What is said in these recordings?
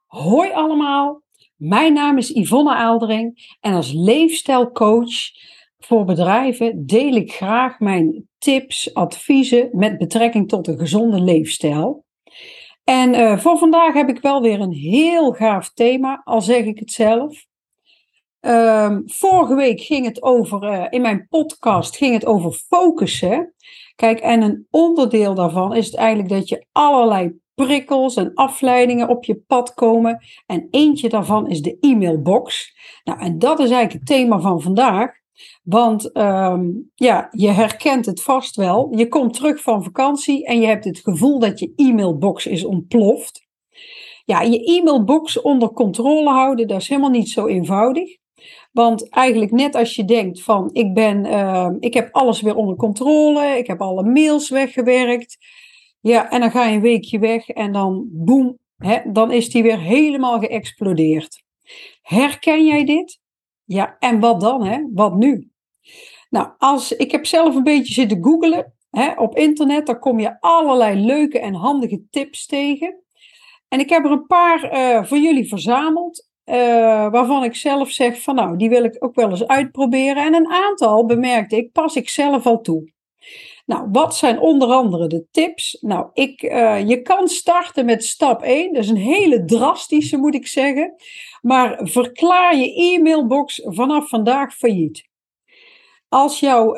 Hoi allemaal, mijn naam is Yvonne Aaldering en als leefstijlcoach voor bedrijven deel ik graag mijn tips, adviezen met betrekking tot een gezonde leefstijl. En voor vandaag heb ik wel weer een heel gaaf thema, al zeg ik het zelf. Vorige week ging het over, in mijn podcast ging het over focussen. Kijk, en een onderdeel daarvan is het eigenlijk dat je allerlei prikkels en afleidingen op je pad komen. En eentje daarvan is de e-mailbox. Nou, en dat is eigenlijk het thema van vandaag. Want ja, je herkent het vast wel. Je komt terug van vakantie en je hebt het gevoel dat je e-mailbox is ontploft. Ja, je e-mailbox onder controle houden, dat is helemaal niet zo eenvoudig. Want eigenlijk net als je denkt van ik heb alles weer onder controle, ik heb alle mails weggewerkt. Ja, en dan ga je een weekje weg en dan boem, dan is die weer helemaal geëxplodeerd. Herken jij dit? Ja, en wat dan? Wat nu? Nou, ik heb zelf een beetje zitten googlen op internet, daar kom je allerlei leuke en handige tips tegen. En ik heb er een paar voor jullie verzameld. Waarvan ik zelf zeg van nou, die wil ik ook wel eens uitproberen. En een aantal, bemerkte ik, pas ik zelf al toe. Nou, wat zijn onder andere de tips? Nou, je kan starten met stap 1. Dat is een hele drastische, moet ik zeggen. Maar verklaar je e-mailbox vanaf vandaag failliet. Als jouw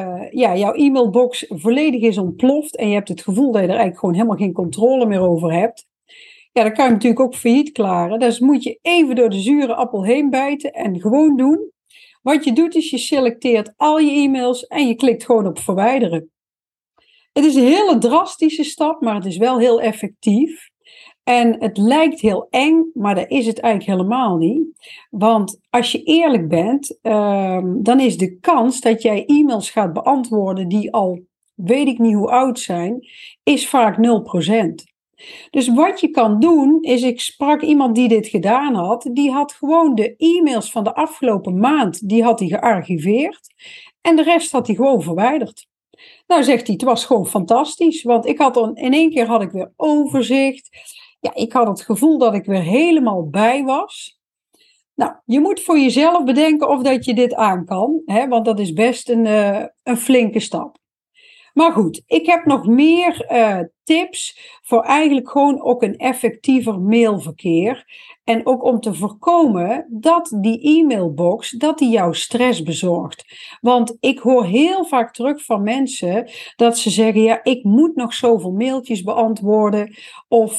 e-mailbox volledig is ontploft en je hebt het gevoel dat je er eigenlijk gewoon helemaal geen controle meer over hebt. Ja, dan kan je natuurlijk ook failliet klaren. Dus moet je even door de zure appel heen bijten en gewoon doen. Wat je doet is je selecteert al je e-mails en je klikt gewoon op verwijderen. Het is een hele drastische stap, maar het is wel heel effectief. En het lijkt heel eng, maar dat is het eigenlijk helemaal niet. Want als je eerlijk bent, dan is de kans dat jij e-mails gaat beantwoorden die al weet ik niet hoe oud zijn, is vaak 0%. Dus wat je kan doen, is ik sprak iemand die dit gedaan had. Die had gewoon de e-mails van de afgelopen maand, die had hij gearchiveerd. En de rest had hij gewoon verwijderd. Nou zegt hij, het was gewoon fantastisch. Want in één keer had ik weer overzicht. Ja, ik had het gevoel dat ik weer helemaal bij was. Nou, je moet voor jezelf bedenken of dat je dit aan kan. Want dat is best een flinke stap. Maar goed, ik heb nog meer tips voor eigenlijk gewoon ook een effectiever mailverkeer. En ook om te voorkomen dat die e-mailbox, dat die jou stress bezorgt. Want ik hoor heel vaak terug van mensen dat ze zeggen, ja, ik moet nog zoveel mailtjes beantwoorden. Of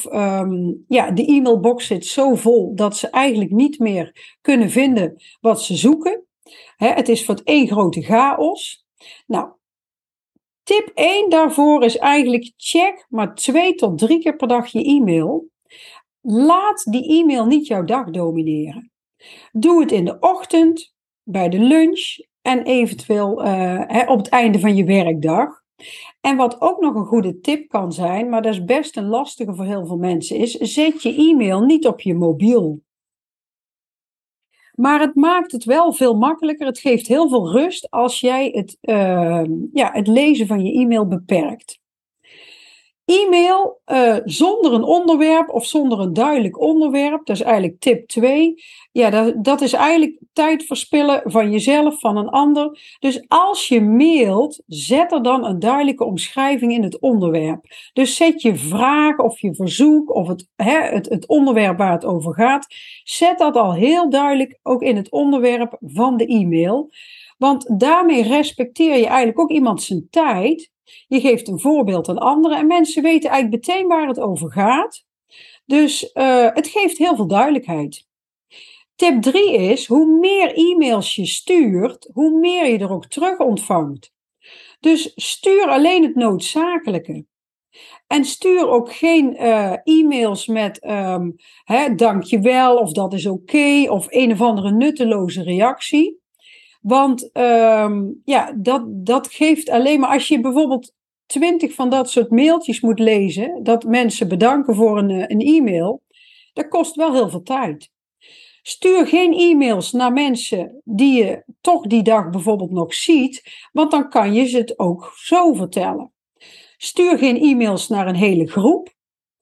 de e-mailbox zit zo vol dat ze eigenlijk niet meer kunnen vinden wat ze zoeken. Het is voor het één grote chaos. Nou, tip 1 daarvoor is eigenlijk check maar 2 tot 3 keer per dag je e-mail. Laat die e-mail niet jouw dag domineren. Doe het in de ochtend, bij de lunch en eventueel op het einde van je werkdag. En wat ook nog een goede tip kan zijn, maar dat is best een lastige voor heel veel mensen, is zet je e-mail niet op je mobiel. Maar het maakt het wel veel makkelijker. Het geeft heel veel rust als jij het lezen van je e-mail beperkt. E-mail zonder een onderwerp of zonder een duidelijk onderwerp, dat is eigenlijk tip 2. Ja, dat is eigenlijk tijd verspillen van jezelf, van een ander. Dus als je mailt, zet er dan een duidelijke omschrijving in het onderwerp. Dus zet je vraag of je verzoek of het onderwerp waar het over gaat, zet dat al heel duidelijk ook in het onderwerp van de e-mail. Want daarmee respecteer je eigenlijk ook iemand zijn tijd. Je geeft een voorbeeld aan anderen en mensen weten eigenlijk meteen waar het over gaat. Dus het geeft heel veel duidelijkheid. Tip 3 is, hoe meer e-mails je stuurt, hoe meer je er ook terug ontvangt. Dus stuur alleen het noodzakelijke. En stuur ook geen e-mails met dankjewel of dat is oké, of een of andere nutteloze reactie. Want dat geeft alleen maar, als je bijvoorbeeld 20 van dat soort mailtjes moet lezen, dat mensen bedanken voor een e-mail, dat kost wel heel veel tijd. Stuur geen e-mails naar mensen die je toch die dag bijvoorbeeld nog ziet, want dan kan je ze het ook zo vertellen. Stuur geen e-mails naar een hele groep.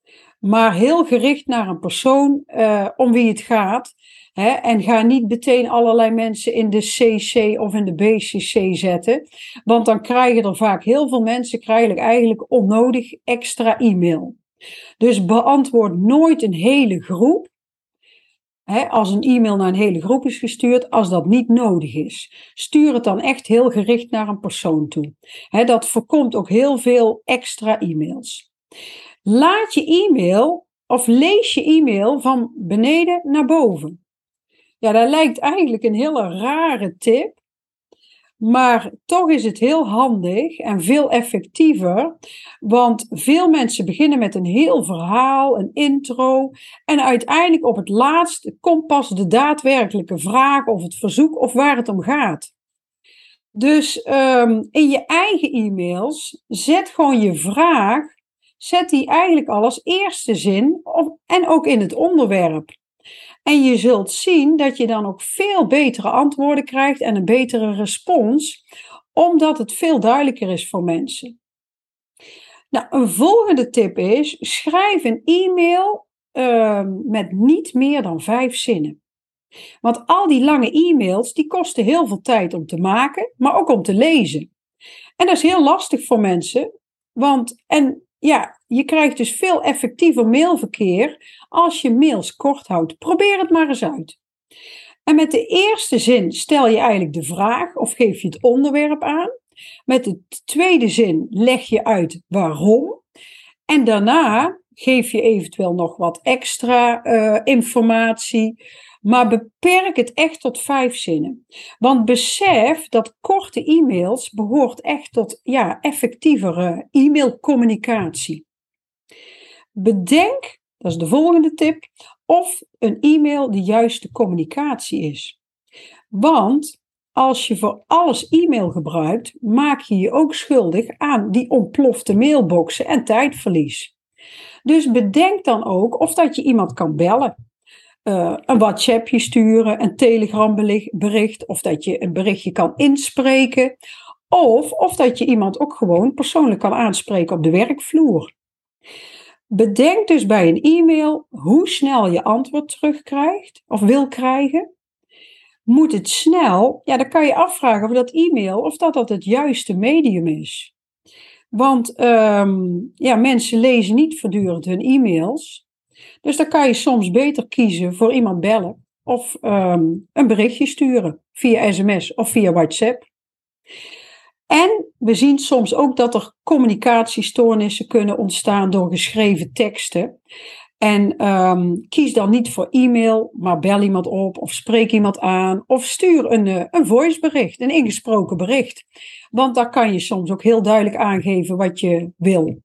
maar heel gericht naar een persoon om wie het gaat. Hè? En ga niet meteen allerlei mensen in de CC of in de BCC zetten. Want dan krijgen er vaak heel veel mensen eigenlijk onnodig extra e-mail. Dus beantwoord nooit een hele groep. Als een e-mail naar een hele groep is gestuurd, als dat niet nodig is. Stuur het dan echt heel gericht naar een persoon toe. Dat voorkomt ook heel veel extra e-mails. Laat je e-mail of lees je e-mail van beneden naar boven. Ja, dat lijkt eigenlijk een hele rare tip. Maar toch is het heel handig en veel effectiever. Want veel mensen beginnen met een heel verhaal, een intro. En uiteindelijk op het laatst komt pas de daadwerkelijke vraag of het verzoek of waar het om gaat. Dus in je eigen e-mails zet gewoon je vraag. Zet die eigenlijk al als eerste zin en ook in het onderwerp. En je zult zien dat je dan ook veel betere antwoorden krijgt en een betere respons, omdat het veel duidelijker is voor mensen. Nou, een volgende tip is, schrijf een e-mail met niet meer dan 5 zinnen. Want al die lange e-mails, die kosten heel veel tijd om te maken, maar ook om te lezen. En dat is heel lastig voor mensen, je krijgt dus veel effectiever mailverkeer als je mails kort houdt. Probeer het maar eens uit. En met de eerste zin stel je eigenlijk de vraag of geef je het onderwerp aan. Met de tweede zin leg je uit waarom. En daarna geef je eventueel nog wat extra informatie. Maar beperk het echt tot 5 zinnen. Want besef dat korte e-mails behoort echt tot effectievere e-mailcommunicatie. Bedenk, dat is de volgende tip, of een e-mail de juiste communicatie is. Want als je voor alles e-mail gebruikt, maak je je ook schuldig aan die ontplofte mailboxen en tijdverlies. Dus bedenk dan ook of dat je iemand kan bellen. Een WhatsAppje sturen, een Telegram bericht, of dat je een berichtje kan inspreken. Of dat je iemand ook gewoon persoonlijk kan aanspreken op de werkvloer. Bedenk dus bij een e-mail hoe snel je antwoord terugkrijgt of wil krijgen. Moet het snel? Ja, dan kan je afvragen of dat e-mail of dat het juiste medium is. Want mensen lezen niet voortdurend hun e-mails. Dus dan kan je soms beter kiezen voor iemand bellen of een berichtje sturen via sms of via WhatsApp. En we zien soms ook dat er communicatiestoornissen kunnen ontstaan door geschreven teksten. En kies dan niet voor e-mail, maar bel iemand op of spreek iemand aan. Of stuur een voicebericht, een ingesproken bericht. Want daar kan je soms ook heel duidelijk aangeven wat je wil.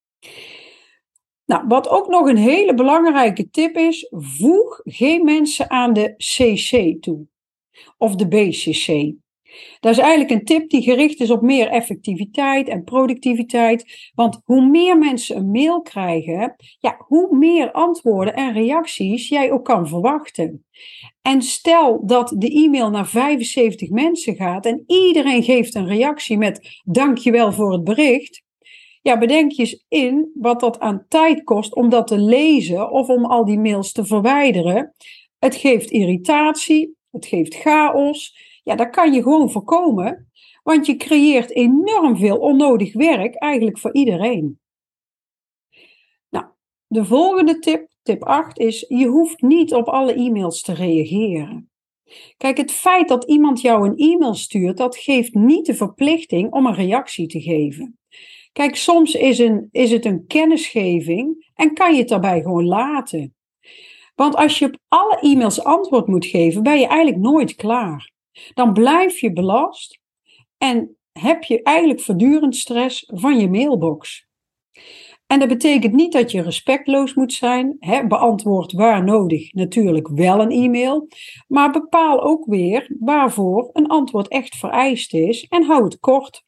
Nou, wat ook nog een hele belangrijke tip is, voeg geen mensen aan de CC toe. Of de BCC. Dat is eigenlijk een tip die gericht is op meer effectiviteit en productiviteit. Want hoe meer mensen een mail krijgen, hoe meer antwoorden en reacties jij ook kan verwachten. En stel dat de e-mail naar 75 mensen gaat en iedereen geeft een reactie met dankjewel voor het bericht. Ja, bedenk je eens in wat dat aan tijd kost om dat te lezen of om al die mails te verwijderen. Het geeft irritatie, het geeft chaos. Ja, dat kan je gewoon voorkomen, want je creëert enorm veel onnodig werk eigenlijk voor iedereen. Nou, de volgende tip, tip 8, is je hoeft niet op alle e-mails te reageren. Kijk, het feit dat iemand jou een e-mail stuurt, dat geeft niet de verplichting om een reactie te geven. Kijk, soms is het een kennisgeving en kan je het daarbij gewoon laten. Want als je op alle e-mails antwoord moet geven, ben je eigenlijk nooit klaar. Dan blijf je belast en heb je eigenlijk voortdurend stress van je mailbox. En dat betekent niet dat je respectloos moet zijn. Beantwoord waar nodig natuurlijk wel een e-mail. Maar bepaal ook weer waarvoor een antwoord echt vereist is en hou het kort.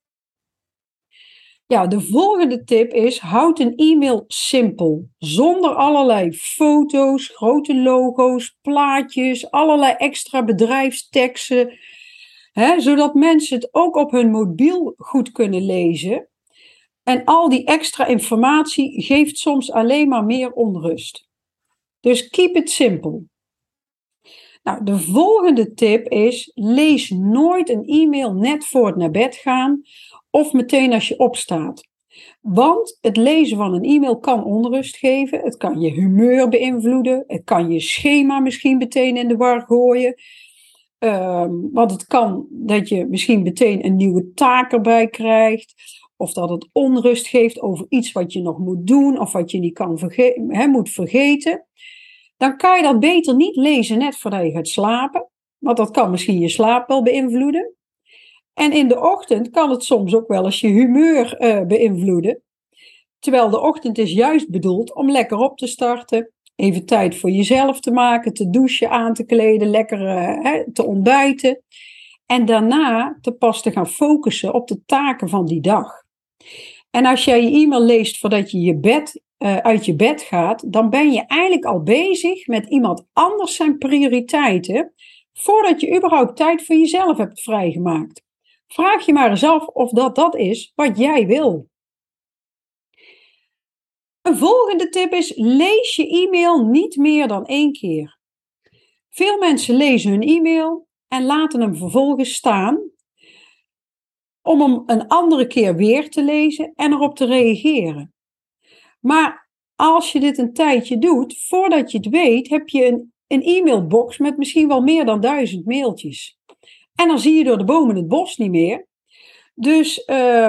Ja, de volgende tip is, houd een e-mail simpel. Zonder allerlei foto's, grote logo's, plaatjes, allerlei extra bedrijfsteksten. Zodat mensen het ook op hun mobiel goed kunnen lezen. En al die extra informatie geeft soms alleen maar meer onrust. Dus keep it simple. Nou, de volgende tip is: lees nooit een e-mail net voor het naar bed gaan of meteen als je opstaat. Want het lezen van een e-mail kan onrust geven, het kan je humeur beïnvloeden, het kan je schema misschien meteen in de war gooien. Want het kan dat je misschien meteen een nieuwe taak erbij krijgt, of dat het onrust geeft over iets wat je nog moet doen of wat je niet moet vergeten. Dan kan je dat beter niet lezen net voordat je gaat slapen, want dat kan misschien je slaap wel beïnvloeden. En in de ochtend kan het soms ook wel eens je humeur beïnvloeden. Terwijl de ochtend is juist bedoeld om lekker op te starten, even tijd voor jezelf te maken, te douchen, aan te kleden, lekker te ontbijten. En daarna te pas te gaan focussen op de taken van die dag. En als jij je e-mail leest voordat je uit je bed gaat, dan ben je eigenlijk al bezig met iemand anders zijn prioriteiten, voordat je überhaupt tijd voor jezelf hebt vrijgemaakt. Vraag je maar eens af of dat is wat jij wil. Een volgende tip is: lees je e-mail niet meer dan 1 keer. Veel mensen lezen hun e-mail en laten hem vervolgens staan om hem een andere keer weer te lezen en erop te reageren. Maar als je dit een tijdje doet, voordat je het weet, heb je een e-mailbox met misschien wel meer dan 1000 mailtjes. En dan zie je door de bomen het bos niet meer. Dus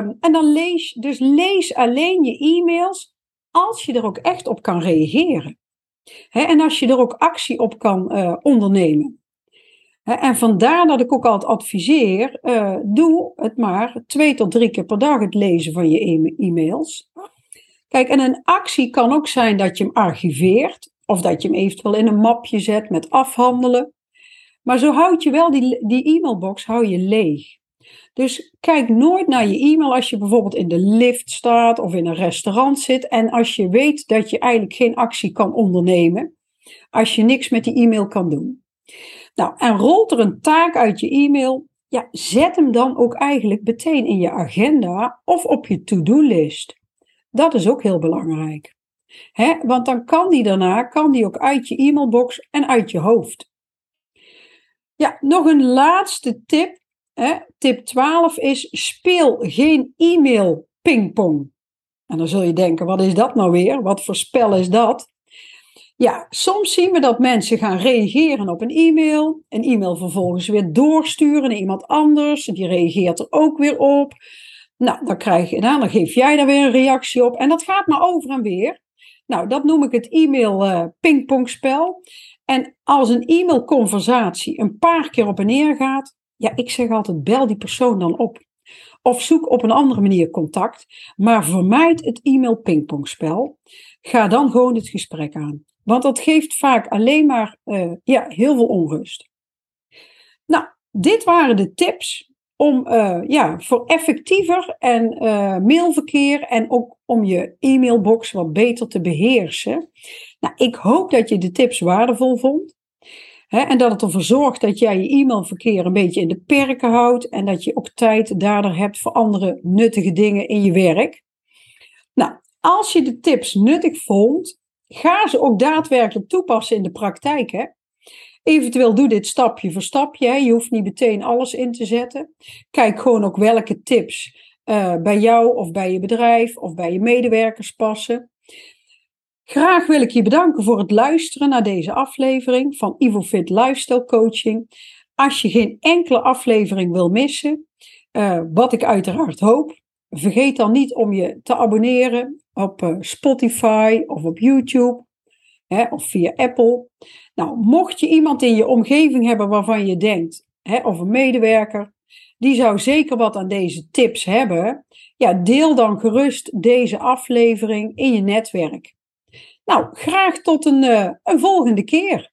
lees alleen je e-mails als je er ook echt op kan reageren. En als je er ook actie op kan ondernemen. En vandaar dat ik ook altijd adviseer, doe het maar 2 tot 3 keer per dag het lezen van je e-mails. Kijk, en een actie kan ook zijn dat je hem archiveert, of dat je hem eventueel in een mapje zet met afhandelen. Maar zo houd je wel die e-mailbox leeg. Dus kijk nooit naar je e-mail als je bijvoorbeeld in de lift staat of in een restaurant zit en als je weet dat je eigenlijk geen actie kan ondernemen, als je niks met die e-mail kan doen. Nou, en rolt er een taak uit je e-mail, ja, zet hem dan ook eigenlijk meteen in je agenda of op je to-do-list. Dat is ook heel belangrijk. Want dan kan die ook uit je e-mailbox en uit je hoofd. Ja, nog een laatste tip. Tip 12 is: speel geen e-mail pingpong. En dan zul je denken, wat is dat nou weer? Wat voor spel is dat? Ja, soms zien we dat mensen gaan reageren op een e-mail vervolgens weer doorsturen naar iemand anders, die reageert er ook weer op. Nou, dan geef jij daar weer een reactie op en dat gaat maar over en weer. Nou, dat noem ik het e-mail pingpongspel. En als een e-mailconversatie een paar keer op en neer gaat, ja, ik zeg altijd, bel die persoon dan op. Of zoek op een andere manier contact, maar vermijd het e-mail pingpongspel. Ga dan gewoon het gesprek aan. Want dat geeft vaak alleen maar heel veel onrust. Nou, dit waren de tips om voor effectiever en mailverkeer en ook om je e-mailbox wat beter te beheersen. Nou, ik hoop dat je de tips waardevol vond. En dat het ervoor zorgt dat jij je e-mailverkeer een beetje in de perken houdt en dat je ook tijd daardoor hebt voor andere nuttige dingen in je werk. Nou, als je de tips nuttig vond, ga ze ook daadwerkelijk toepassen in de praktijk. Eventueel doe dit stapje voor stapje. Je hoeft niet meteen alles in te zetten. Kijk gewoon ook welke tips bij jou of bij je bedrijf of bij je medewerkers passen. Graag wil ik je bedanken voor het luisteren naar deze aflevering van IvoFit Lifestyle Coaching. Als je geen enkele aflevering wil missen, wat ik uiteraard hoop, vergeet dan niet om je te abonneren op Spotify of op YouTube of via Apple. Nou, mocht je iemand in je omgeving hebben waarvan je denkt, of een medewerker, die zou zeker wat aan deze tips hebben, ja, deel dan gerust deze aflevering in je netwerk. Nou, graag tot een volgende keer.